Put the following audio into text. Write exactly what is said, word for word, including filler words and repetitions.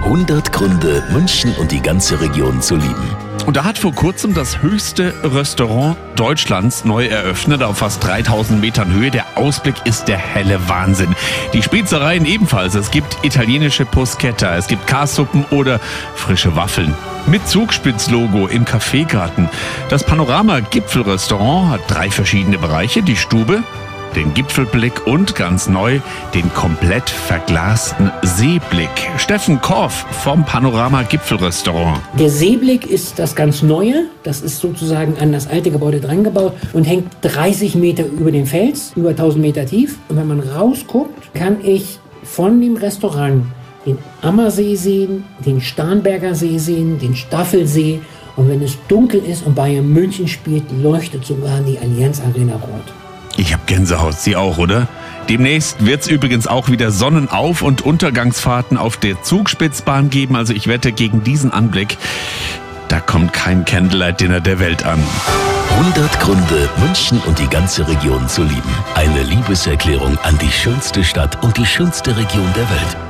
hundert Gründe, München und die ganze Region zu lieben. Und da hat vor kurzem das höchste Restaurant Deutschlands neu eröffnet, auf fast dreitausend Metern Höhe. Der Ausblick ist der helle Wahnsinn. Die Spezereien ebenfalls. Es gibt italienische Bruschetta, es gibt Kassuppen oder frische Waffeln. Mit Zugspitz-Logo im Kaffeegarten. Das Panorama-Gipfelrestaurant hat drei verschiedene Bereiche. Die Stube, den Gipfelblick und ganz neu den komplett verglasten Seeblick. Steffen Korff vom Panorama Gipfelrestaurant. Der Seeblick ist das ganz Neue. Das ist sozusagen an das alte Gebäude dran gebaut und hängt dreißig Meter über dem Fels, über tausend Meter tief. Und wenn man rausguckt, kann ich von dem Restaurant den Ammersee sehen, den Starnberger See sehen, den Staffelsee. Und wenn es dunkel ist und Bayern München spielt, leuchtet sogar die Allianz Arena rot. Ich hab Gänsehaut, Sie auch, oder? Demnächst wird's übrigens auch wieder Sonnenauf- und Untergangsfahrten auf der Zugspitzbahn geben. Also ich wette, gegen diesen Anblick, da kommt kein Candlelight-Dinner der Welt an. hundert Gründe, München und die ganze Region zu lieben. Eine Liebeserklärung an die schönste Stadt und die schönste Region der Welt.